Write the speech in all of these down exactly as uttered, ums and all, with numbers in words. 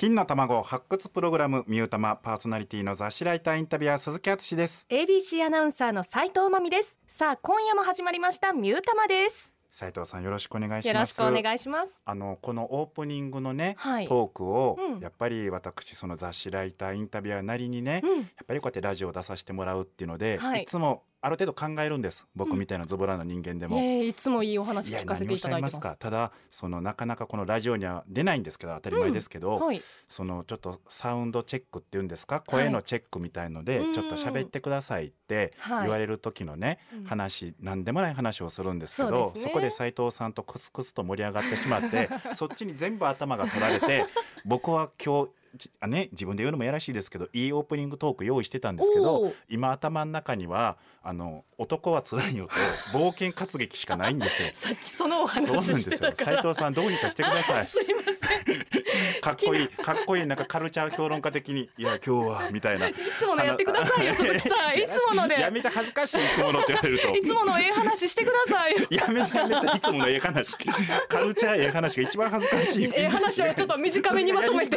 金の卵発掘プログラムミュータマ、パーソナリティの雑誌ライターインタビュアー鈴木敦です。 エービーシー アナウンサーの斉藤真美です。さあ今夜も始まりましたミュータマです。 斉藤さんよろしくお願いします。 よろしくお願いします。 あのこのオープニングのね、 はい、 トークを、 うん、 やっぱり私その雑誌ライターインタビュアーなりにね、 うん、 やっぱりこうやってラジオを出させてもらうっていうので、 はい、 いつもある程度考えるんです。僕みたいなズボラな人間でも、 うん、えー、いつもいいお話聞かせていただいてます。 いや何をおっしゃいますか。ただそのなかなかこのラジオには出ないんですけど当たり前ですけど、 うん、はい、 そのちょっとサウンドチェックっていうんですか、声のチェックみたいので、はい、ちょっと喋ってくださいって言われる時のね、はい、話何でもない話をするんですけど、 そ, ね、そこで斉藤さんとクスクスと盛り上がってしまってそっちに全部頭が取られて僕は今日あね、自分で言うのもやらしいですけどいいオープニングトーク用意してたんですけど、今頭の中にはあの男はつらいよと冒険活劇しかないんですよさっきそのお話してたから斉藤さんどうにかしてくださいすいませんかっこいいかっこいいなんかカルチャー評論家的にいや今日はみたいないつものやってくださいよ鈴木さんいつものでやめて恥ずかしいいつものって言われるといつものええ話してくださいよやめてやめていつものええ話カルチャーええ話が一番恥ずかしいええ話をちょっと短めにまとめて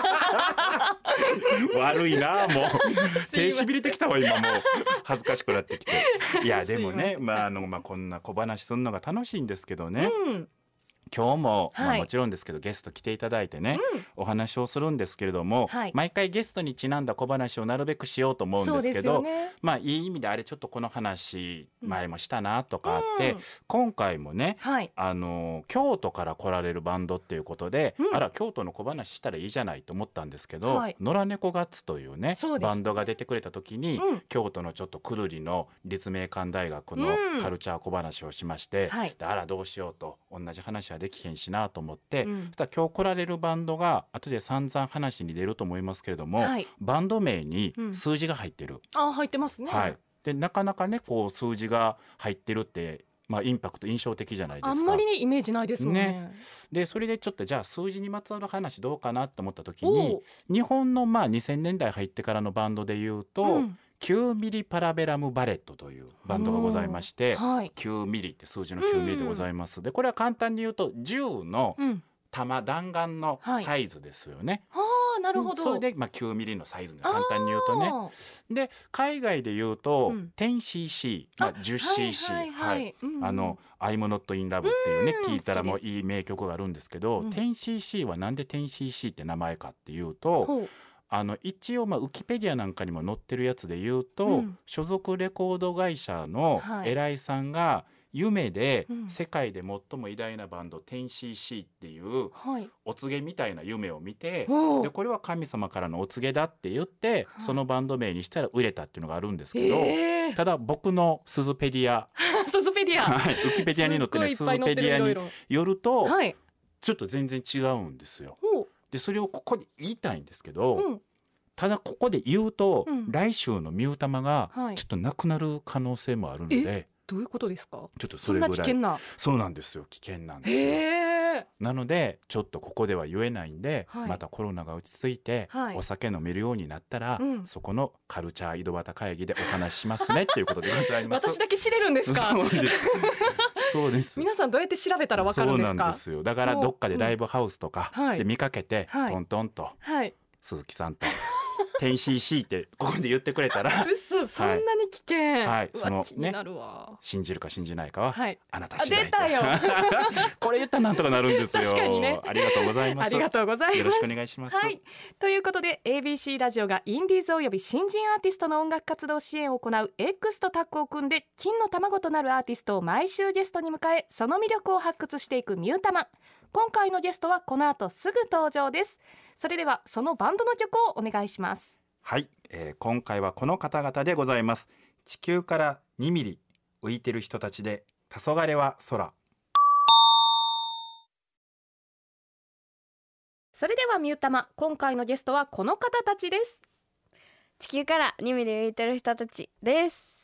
悪いなもう手しびれてきたわ今もう恥ずかしくなってきていやでもねまああのまあこんな小話するのが楽しいんですけどね、うん、今日も、はい、まあ、もちろんですけどゲスト来ていただいてね、うん、お話をするんですけれども、はい、毎回ゲストにちなんだ小話をなるべくしようと思うんですけど、ね、まあいい意味であれちょっとこの話前もしたなとかあって、うん、今回もね、はい、あの京都から来られるバンドっていうことで、うん、あら京都の小話したらいいじゃないと思ったんですけど、はい、野良猫ガッツというねバンドが出てくれた時に、うん、京都のちょっとくるりの立命館大学のカルチャー小話をしまして、うん、はい、であらどうしようと同じ話はできへんしなと思って、うん、そしたら今日来られるバンドが後で散々話に出ると思いますけれども、はい、バンド名に数字が入ってる、 うん、あ入ってますね、 はい、でなかなかねこう数字が入ってるって、まあ、インパクト印象的じゃないですか。 あんまりねイメージないですもんね。 ねでそれでちょっとじゃあ数字にまつわる話どうかなと思った時に日本のまあにせんねんだい入ってからのバンドでいうと、うん、きゅうミリパラベラムバレットというバンドがございまして、はい、きゅうミリって数字のきゅうミリでございます、うん、でこれは簡単に言うとじゅうの弾、弾丸のサイズですよね、 はい、あなるほど。 それで、まあ、きゅうミリのサイズの簡単に言うとね。で海外で言うと、うん、じゅうシーシー、まあ、じゅうシーシー、はいはいはい、うんうん、あのI'm Not in Love っていうね聞いたらもういい名曲があるんですけど、うん、じゅうシーシー はなんで じゅうシーシー って名前かっていうと、あの一応まあウィキペディアなんかにも載ってるやつで言うと、うん、所属レコード会社の偉いさんが夢で世界で最も偉大なバンド じゅうシーシー っていうお告げみたいな夢を見て、はい、でこれは神様からのお告げだって言ってそのバンド名にしたら売れたっていうのがあるんですけど、えー、ただ僕のスズペディアスズペディアウィキペディアに載ってるスズペディアによると、はい、ちょっと全然違うんですよ。でそれをここで言いたいんですけど、うん、ただここで言うと、うん、来週のミュータマがちょっとなくなる可能性もあるので、はい、 どういうことですか。 ちょっとそれぐらいそんな危険な。 そうなんですよ危険なんですよ。へー。なのでちょっとここでは言えないんで、はい、またコロナが落ち着いて、はい、お酒飲めるようになったら、うん、そこのカルチャー井戸端会議でお話ししますねっていうことでございます。 私だけ知れるんですか。 そうですそうです皆さんどうやって調べたら分かるんですか。 そうなんですよ。だからどっかでライブハウスとかで見かけて、はい、トントンと、はい、鈴木さんとじゅうシーシー ってここで言ってくれたら嘘そんなに危険、はいはい、 その気になるわ、 ね、信じるか信じないかは、はい、あなた次第。 出たよこれ言ったらなんとかなるんですよ。 確かにね。 ありがとうございます。 ありがとうございます。 よろしくお願いします、 はい、ということで エービーシー ラジオがインディーズおよび新人アーティストの音楽活動支援を行う X とタッグを組んで金の卵となるアーティストを毎週ゲストに迎えその魅力を発掘していくミュータマ。今回のゲストはこの後すぐ登場です。それではそのバンドの曲をお願いします。 はい、えー、今回はこの方々でございます。地球からにミリ浮いてる人たちで黄昏は空。 それではミュータマ今回のゲストはこの方たちです。 地球からにミリ浮いてる人たちです。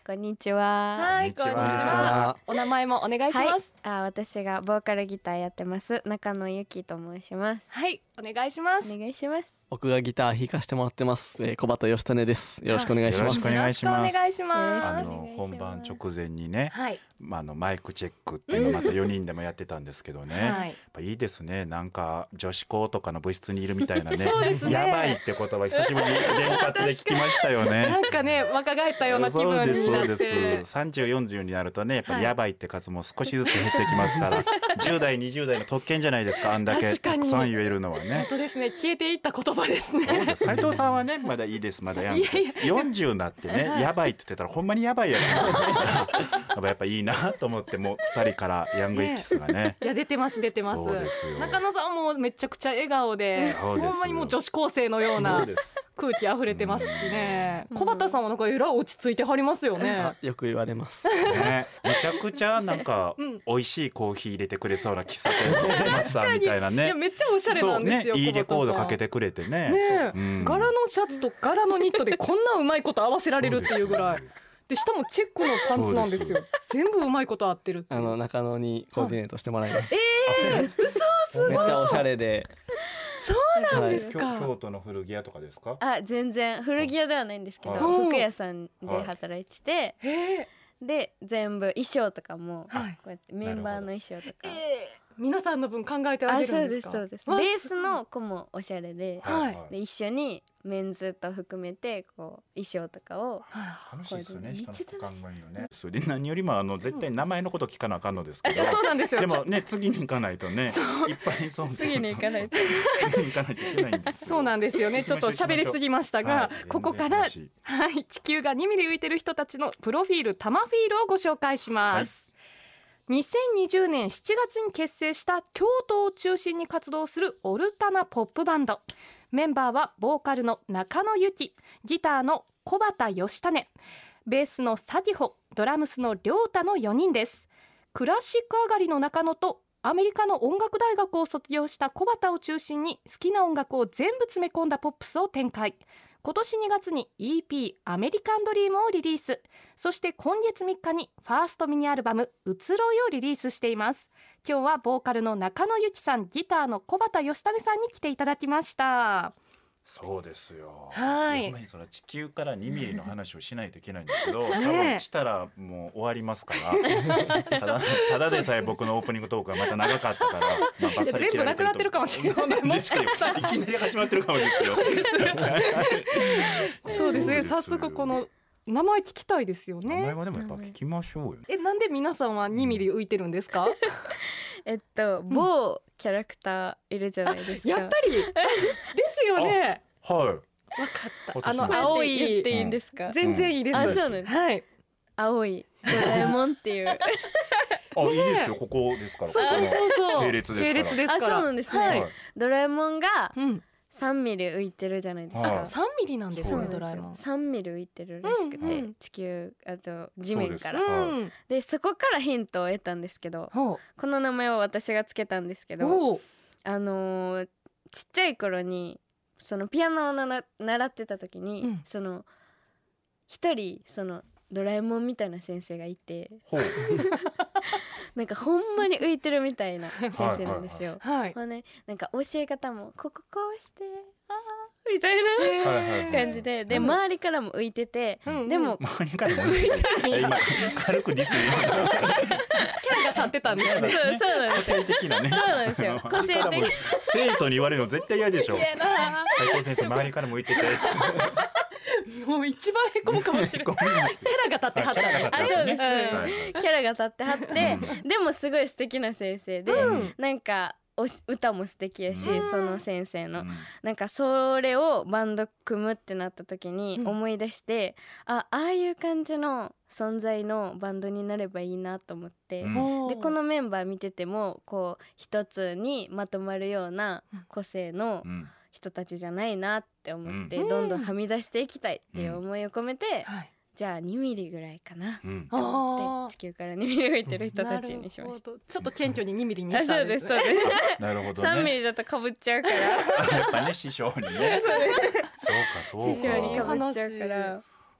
こんにちは。 はい、こんにちは。お名前もお願いします。 はい、あ、私がボーカルギターやってます中野ゆきと申します。 はい、お願いします。 お願いします。 僕がギター弾かしてもらってます、えー、小畑義種です。よろしくお願いします。 よろしくお願いします。 お願いします。 あの本番直前にね、 はい、 まあ、あのマイクチェックっていうのをまたよにんでもやってたんですけどね、はい、やっぱいいですね。なんか女子校とかの部室にいるみたいな ね, そうですね。 やばいって言葉久しぶりに連発で聞きましたよね。 なんかね、若返ったような気分になって。 そうですそうです。さんじゅう、よんじゅうになるとね、やっぱりやばいって数も少しずつ減ってきますから、はい、じゅう代にじゅう代の特権じゃないですか。あんだけたくさん言えるのはね。 本当ですね。消えていった言葉ですね。 そうです。斉藤さんはねまだいいです。まだやんよんじゅうになってね、やばいって言ってたらほんまにやばいやつやっぱいいなと思って、もうふたりからヤングエキスがね、 いや出てます出てます。 そうですよ。 中野さんもめちゃくちゃ笑顔で、ほんまにもう女子高生のような空気あふれてますしね。小畑さんはなんかえらい落ち着いてはりますよね。 よく言われます、 ね、めちゃくちゃなんか、うん、美味しいコーヒー入れてくれそうな喫茶店のマスターみたいなね。 いやめっちゃおしゃれなんですよ、 ね、いいレコードかけてくれてね。 ね、うん、柄のシャツと柄のニットでこんなうまいこと合わせられるっていうぐらいで、下もチェックのパンツなんですよ。全部うまいこと合ってるっていう。 あの中野にコーディネートしてもらいました。 えー、嘘すごい。 めっちゃおしゃれで。 そうなんですか、 はい、京都の古着屋とかですか？ あ、全然古着屋ではないんですけど、はい、服屋さんで働いてて、はい、で全部衣装とかも、はい、こうやってメンバーの衣装とか、えー、 皆さんの分考えてあげるんですか？ あ、そうですそうです。ベースの子もおしゃれで、はい、で一緒にメンズと含めてこう衣装とかを、 楽しいですよね。人のこと考えるのね。それで何よりもあの絶対名前のこと聞かなあかんのですけど、 そうなんですよ。 でもね、次に行かないとね、いっぱいそう次に行かないと次に行かないといけないんですよ。 そうなんですよね。ちょっと喋りすぎましたが、はい、ここから、はい、地球がにミリ浮いてる人たちのプロフィール、タマフィールをご紹介します。はい、にせんにじゅうねんしちがつに結成した京都を中心に活動するオルタナポップバンド。メンバーはボーカルの中野ゆき、ギターの小畑義種、ベースのサギホ、ドラムスの亮太のよにんです。クラシック上がりの中野とアメリカの音楽大学を卒業した小畑を中心に好きな音楽を全部詰め込んだポップスを展開。今年にがつに イーピー アメリカンドリームをリリース。そして今月みっかにファーストミニアルバム移ろいをリリースしています。今日はボーカルの中野ゆきさん、ギターの小畑義種さんに来ていただきました。 そうですよ。 はい。 その地球からにミリの話をしないといけないんですけど、多分したらもう終わりますから。ただ、ただでさえ僕のオープニングトークがまた長かったから、まあ、バッサリ全部なくなってるかもしれない。もしかしたらいきなり始まってるかもですよ。 そうですね。早速この名前聞きたいですよね。 名前はでもやっぱ聞きましょうよ。 え、なんで皆さんはにミリ浮いてるんですか？ えっと某キャラクターいるじゃないですか。 やっぱりですよね。 はい。 わかった。あの青い言っていいんですか？ 全然いいです。 あ、そうなんです。 はい。 青いドラえもんっていう。 あ、いいですよ。ここですから。 そうそうそう。 系列ですから。 系列ですから。 あ、そうなんですね。ドラえもんがさんミリ浮いてるじゃないですか。 さんミリなんですね、ドラえもん。 さんミリ浮いてるらしくて、地球、あと地面から。で、そこからヒントを得たんですけど、この名前は私がつけたんですけど、あのー、ちっちゃい頃にそのピアノをなな習ってた時に、うん、その一人そのドラえもんみたいな先生がいてなんかほんまに浮いてるみたいな先生なんですよ。はいはいはい、まあね、なんか教え方もこここうしてあーみたいな感じで、で周りからも浮いてて、うん、でも周りからも浮いてて今軽くディスりました。 キャラが立ってたんですね。 そうそうなんですよ。 個性的なね。 そうなんですよ。個性的。 生徒に言われるの絶対嫌でしょ。斉藤先生周りからも浮いてて。 もう一番へこむかもしれない。キャラが立ってはって、 あ、そうです。キャラが立ってはって、でもすごい素敵な先生で、なんかお歌も素敵やし、その先生のなんかそれをバンド組むってなった時に思い出して、あ、ああいう感じの存在のバンドになればいいなと思って、でこのメンバー見ててもこう一つにまとまるような個性の人たちじゃないなって思って、うん、どんどんはみ出していきたいっていう思いを込めて、うん、じゃあにミリぐらいかなって思って、地球からにミリ浮いてる人たちにしました。 ちょっと謙虚ににミリにしたんですね。 そうですそうです。 なるほどね。 さんミリだとかぶっちゃうからやっぱね、師匠にね。そうかそうか。 師匠にかぶっちゃうから。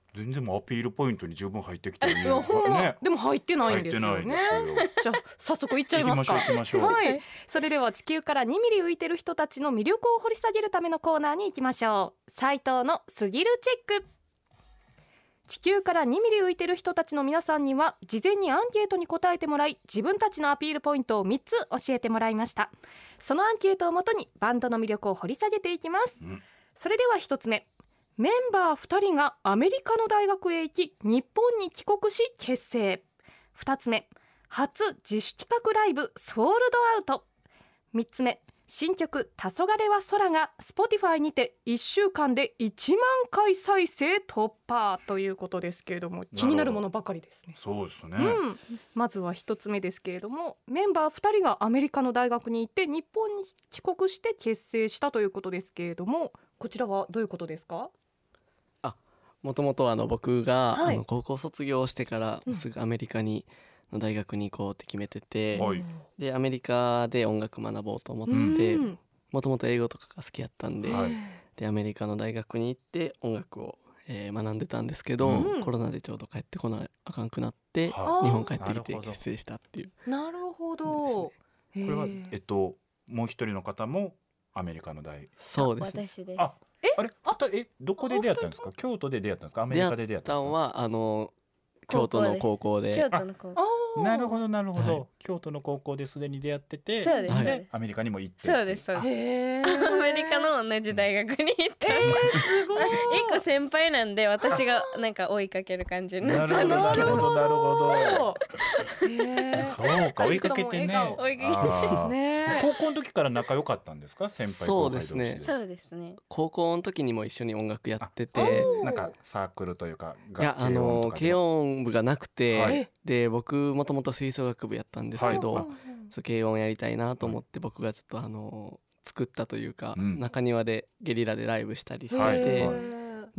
全然もうアピールポイントに十分入ってきてるね。 ほら、 ねでも入ってないんですよね。 入ってないですよ。 じゃあ早速いっちゃいますか。 行きましょう行きましょう。 はい、それでは地球からにミリ浮いてる人たちの魅力を掘り下げるためのコーナーに行きましょう。斉藤のすぎるチェック。地球からにミリ浮いてる人たちの皆さんには事前にアンケートに答えてもらい、自分たちのアピールポイントをみっつ教えてもらいました。そのアンケートをもとにバンドの魅力を掘り下げていきます、うん、それではひとつめ、メンバーふたりがアメリカの大学へ行き日本に帰国し結成。ふたつめ、初自主企画ライブソールドアウト。みっつめ、新曲黄昏は空が Spotify にていっしゅうかんでいちまんかい再生突破ということですけれども、気になるものばかりですね。 そうですね、 うん、まずはひとつめですけれども、メンバーふたりがアメリカの大学に行って日本に帰国して結成したということですけれども、こちらはどういうことですか？ もともとあの僕が、 はい、 あの高校卒業してからすぐアメリカに、の大学に行こうって決めてて、 はい、 でアメリカで音楽学ぼうと思ってもともと英語とかが好きやったんで、はい、でアメリカの大学に行って音楽を、えー、学んでたんですけど、うん、コロナでちょうど帰ってこなあかんくなって、はあ、日本帰ってきて結成したっていう。 なるほど、 これはえっともう一人の方もアメリカの大。 そうです、ね、 私です。 あえあれあえどこで出会ったんですか？京都で出会ったんですか？アメリカで出会ったんですか？ 出会ったのはあの京都の高校で。 京都の高校。 なるほどなるほど、はい、京都の高校ですでに出会ってて、 そうです、 でアメリカにも行って。 そうですそうです。アメリカの同じ大学に行って、えー、すごい。一個先輩なんで私がなんか追いかける感じになったんですけど。 なるほどなるほど。そうか追いかけてね。 追いかけてね。高校の時から仲良かったんですか？先輩後輩同士で。 そうですね。 高校の時にも一緒に音楽やってて、 なんかサークルというかいやあの軽音部がなくて、はい、で僕もともと吹奏楽部やったんですけど、はい、軽音やりたいなと思って僕がちょっとあの作ったというか、うん、中庭でゲリラでライブしたりしてて、はい、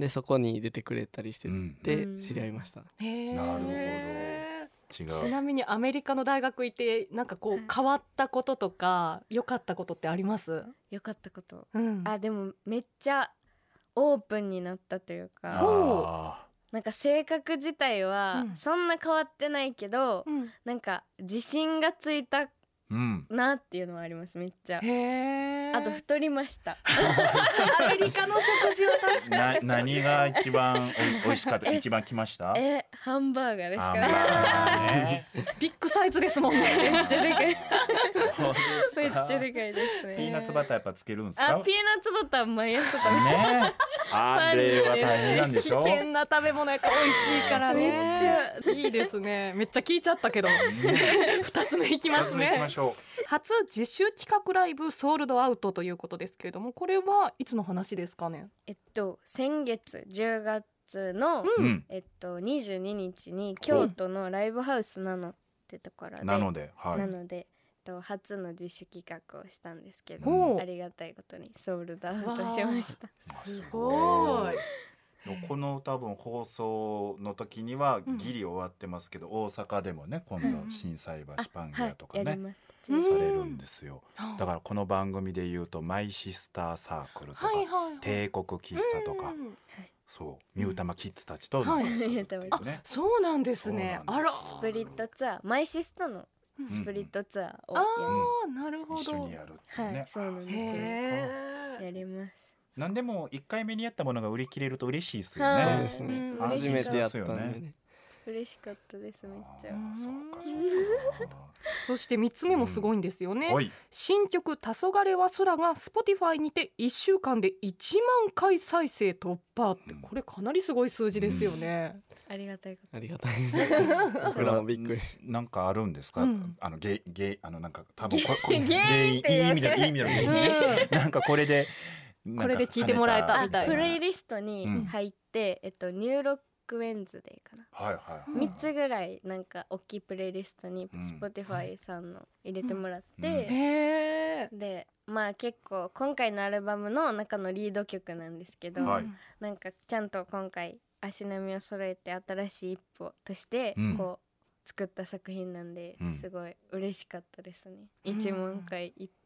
でそこに出てくれたりしてて知り合いました、 うん、へなるほど。 違う。ちなみにアメリカの大学行ってなんかこう変わったこととか良かったことってあります？ 良かったこと、 うん、 あでもめっちゃオープンになったというか、なんか性格自体はそんな変わってないけど、うん、なんか自信がついたなっていうのはあります。めっちゃ。へー。あと太りました。 アメリカの食事は確かに。 な何が一番おいしかった？一番きました？ えハンバーガーですかね。ビッグサイズですもんね。 めっちゃでかい。めっちゃでかいですね。 ピーナッツバターやっぱつけるんですか？ あピーナッツバター毎朝食べてね。 あれは大変なんでしょ。 危険な食べ物やから美味しいからね。めっちゃいいですね。めっちゃ聞いちゃったけど。二つ目いきますね。初自主企画ライブソールドアウトということですけれども、これはいつの話ですかね？ えっと先月じゅうがつの、うん、えっとにじゅうににちに京都のライブハウスなのってところで、 なので、はい、 なので初の自主企画をしたんですけど、うん、ありがたいことにソールドアウトしました。 すごい。 この多分放送の時にはギリ終わってますけど、うん、大阪でもね今度心斎橋パン屋とかね、はいされるんですよ。だからこの番組で言うとマイシスターサークルとか、はいはいはい、帝国喫茶とか、そうミュータマキッズたちとなんかするっていうね、はい、 あそうなんですね。あらスプリットツアーマイシストのスプリットツアーをやる、 うん、あなるほど一緒にやるっていうね、 はい、そうなんですよ。やります。 何でもいっかいめにやったものが売り切れると嬉しいですよね。 そうですね、うん、初めてやったんでね嬉しかったですめっちゃ。 そうかそうか。 そしてみっつめもすごいんですよね、うん、新曲黄昏は空が Spotify にていっしゅうかんでいちまんかい再生突破って、これかなりすごい数字ですよね、 うん、ありがたいこと。 ありがたいですそれはびっくり。 なんかあるんですか、うん、あのゲゲあのなんか多分ここゲいい意味でいい意味でねなんかこれでこれで聞いてもらえたみたいな。 プレイリストに入って、うん、えっとニューロックウェンズデーかな、 はいはい、 みっつぐらいなんか大きいプレイリストに Spotify さんの入れてもらって、うん、でまあ結構今回のアルバムの中のリード曲なんですけど、はい、なんかちゃんと今回足並みを揃えて新しい一歩としてこう作った作品なんで、うん、すごい嬉しかったですね。いちまんかいいったっ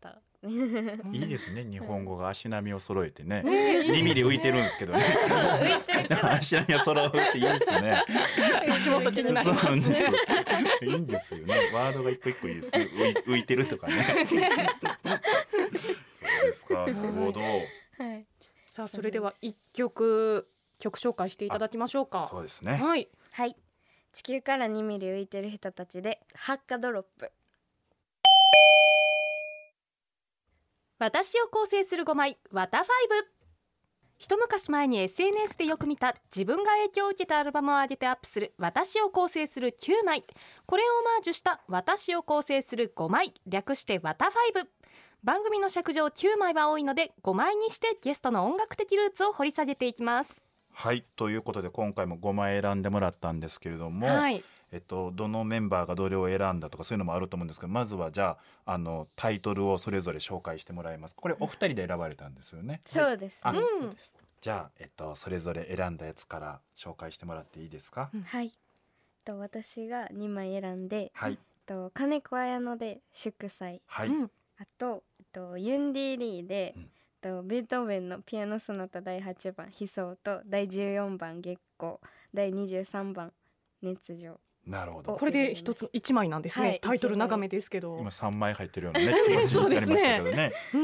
いいですね、日本語が足並みを揃えてね。にミリ浮いてるんですけどね。足並みが揃うっていいですね。 足元気になります。 そうなんですいいんですよね。ワードが一個一個いいです。浮い、浮いてるとかね。そうですか。なるほど。はい。 さあそれでは一曲曲紹介していただきましょうか。 そうですね。 はい。 はい。地球からにミリ浮いてる人たちでハッカドロップ。 私を構成するごまいワタファイブ。一昔前に エスエヌエス でよく見た自分が影響を受けたアルバムを上げてアップする私を構成するきゅうまい、これをオマージュした私を構成するごまい、略してワタファイブ。番組の尺上きゅうまいは多いのでごまいにしてゲストの音楽的ルーツを掘り下げていきます。 はい、ということで今回もごまい選んでもらったんですけれども、 はい、 えっと、どのメンバーがどれを選んだとかそういうのもあると思うんですけど、まずはじゃあ、あのタイトルをそれぞれ紹介してもらいます。これお二人で選ばれたんですよね。 そうです、 はい、 うん、 じゃあ、えっと、それぞれ選んだやつから紹介してもらっていいですか。 うん、はい、と私がにまい選んで、 はい、 と金子綾乃で祝祭、 はい、 あと、とユンディ・リーで、うん、とベートーベンのピアノソナタだいはちばん悲愴とだいじゅうよんばん月光、だいにじゅうさんばん熱情。 なるほど。 これで一つ一枚なんですね、はい、タイトル長めですけど今三枚入ってるようなね気持ちになりましたけどね。 うん、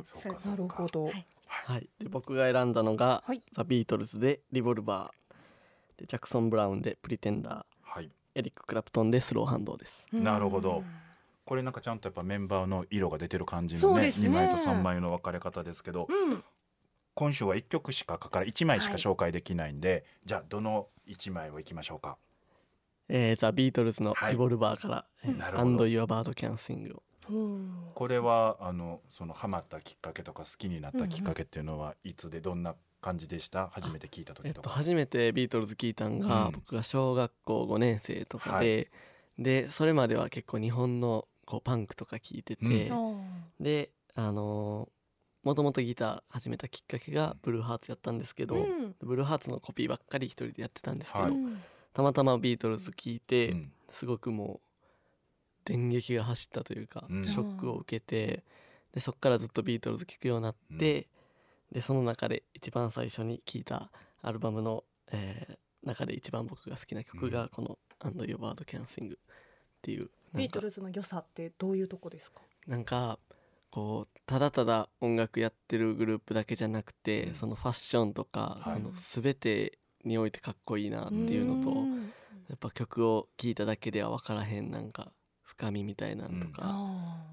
そうかなるほど。はい、 はい、で僕が選んだのが、はい、ザ・ビートルズでリボルバーでジャクソン・ブラウンでプリテンダー、はい、エリック・クラプトンでスローハンドです。 なるほど。これなんかちゃんとやっぱメンバーの色が出てる感じの ね, ねにまいとさんまいの分かれ方ですけど、うん、今週はいっきょくしかかからいちまいしか紹介できないんで、はい、じゃあどのいちまいをいきましょうか。 えー、ザ・ビートルズのリボルバーから、はいえー、アンド・ユア・バード・キャンシングを。 これはあのそのハマったきっかけとか好きになったきっかけっていうのはいつでどんな感じでした？初めて聞いた時とか。 えっと、初めてビートルズ聞いたんが、うん、僕が小学校ごねん生とかで、はい、でそれまでは結構日本のこうパンクとか聞いてて、うん、であのー、もともとギター始めたきっかけがブルーハーツやったんですけど、うん、ブルーハーツのコピーばっかり一人でやってたんですけど、はい、たまたまビートルズ聞いて、うん、すごくもう電撃が走ったというか、うん、ショックを受けて、でそっからずっとビートルズ聴くようになって、うん、でその中で一番最初に聴いたアルバムの、えー、中で一番僕が好きな曲がこの「アンド・ユア・バード・キャンシング」っていう。 ビートルズの良さってどういうとこですか？ なんかこうただただ音楽やってるグループだけじゃなくて、うん、そのファッションとか、はい、その全てにおいてかっこいいなっていうのと、やっぱ曲を聴いただけでは分からへんなんか深みみたいなんとか、うん、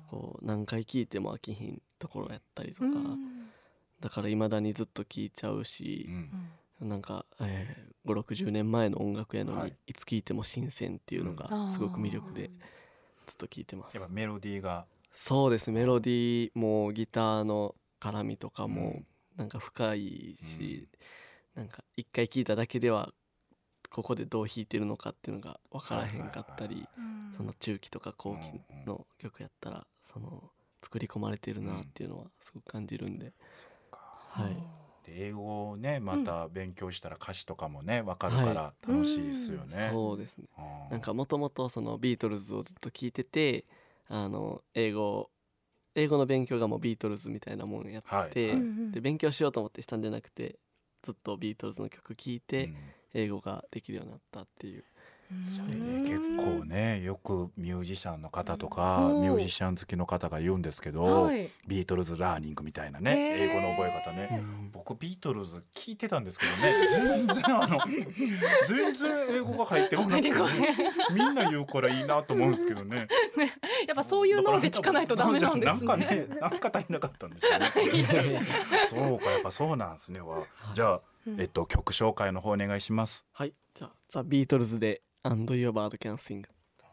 こう何回聴いても飽きひんところやったりとか、だから未だにずっと聴いちゃうし、うん、なんか、えー、ごじゅうろくじゅうねんまえの音楽やのに、はい、いつ聴いても新鮮っていうのがすごく魅力でずっと聴いてます。 やっぱメロディーがそうです。メロディーもギターの絡みとかもなんか深いし、うん、なんか一回聴いただけではここでどう弾いてるのかっていうのが分からへんかったり、はいはいはい、その中期とか後期の曲やったらその作り込まれてるなっていうのはすごく感じるんで、うん、はい。 で英語をねまた勉強したら歌詞とかもね分かるから楽しいですよね、 はい、そうですね。なんかもともとそのビートルズをずっと聞いてて、あの英語英語の勉強がもうビートルズみたいなもんやって、はいはい、で勉強しようと思ってしたんじゃなくてずっとビートルズの曲聴いて、うん、英語ができるようになったっていう。 それね結構ねよくミュージシャンの方とかミュージシャン好きの方が言うんですけど、はい、ビートルズラーニングみたいなね、英語の覚え方ね、僕ビートルズ聞いてたんですけどね全然あの全然英語が入ってこなくてみんな言うからいいなと思うんですけど ね, ねやっぱそういうので聞かないとダメなんですね。 なんかねなんか足りなかったんですよねそうかやっぱそうなんですね。じゃあ、えっと、曲紹介の方お願いします。 はい、じゃあザ・ビートルズでアンド・ユア・バード・キャンシング。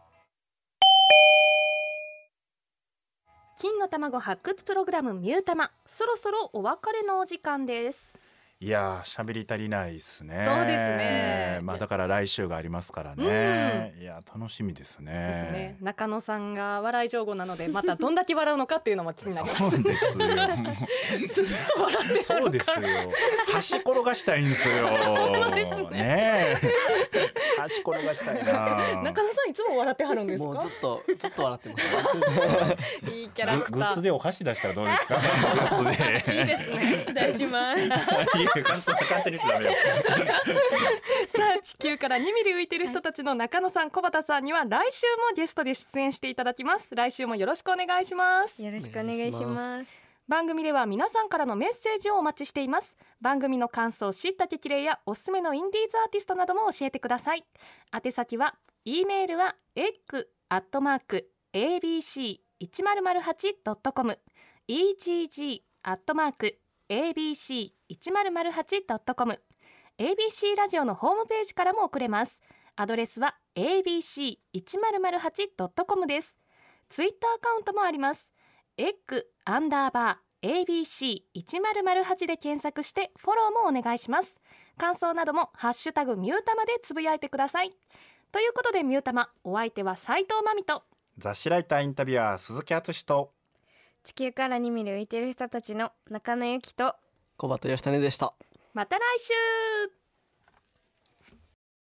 金の卵発掘プログラムミュータマ、そろそろお別れのお時間です。 いや喋り足りないですね。 そうですね、 まあ、だから来週がありますからね、うん、いや楽しみですね。 ですね。中野さんが笑い上手なのでまたどんだけ笑うのかっていうのも気になりますそうですよずっと笑ってるのか。 そうですよ端転がしたいんですよですねね足転がしたいな。 中野さんいつも笑ってはるんですか？ もうずっとずっと笑ってますいいキャラクター。 グッズでお箸出したらどうですか？グッズでいいですね。出します。 いや簡単簡単に言っちゃダメよ。 さあ地球からにミリ浮いてる人たちの中野さん、小畑さんには来週もゲストで出演していただきます。来週もよろしくお願いします。 よろしくお願いします。 番組では皆さんからのメッセージをお待ちしています。番組の感想、知った激励やおすすめのインディーズアーティストなども教えてください。宛先は E メールは エッグ アットマーク エービーシー いちまるまるはち ドットコム イージージー アットマーク エービーシー いちまるまるはち ドットコム エービーシー ラジオのホームページからも送れます。アドレスは エービーシーいちまるまるはち ドットコム です。ツイッターアカウントもあります。エッグアンダーバー エービーシーいちまるまるはち で検索してフォローもお願いします。感想などもハッシュタグミュータマでつぶやいてください。ということでミュータマ、お相手は斉藤真美と雑誌ライターインタビュアー鈴木敦と地球からにミリ浮いてる人たちの中野由紀と小畑義種でした。 また来週。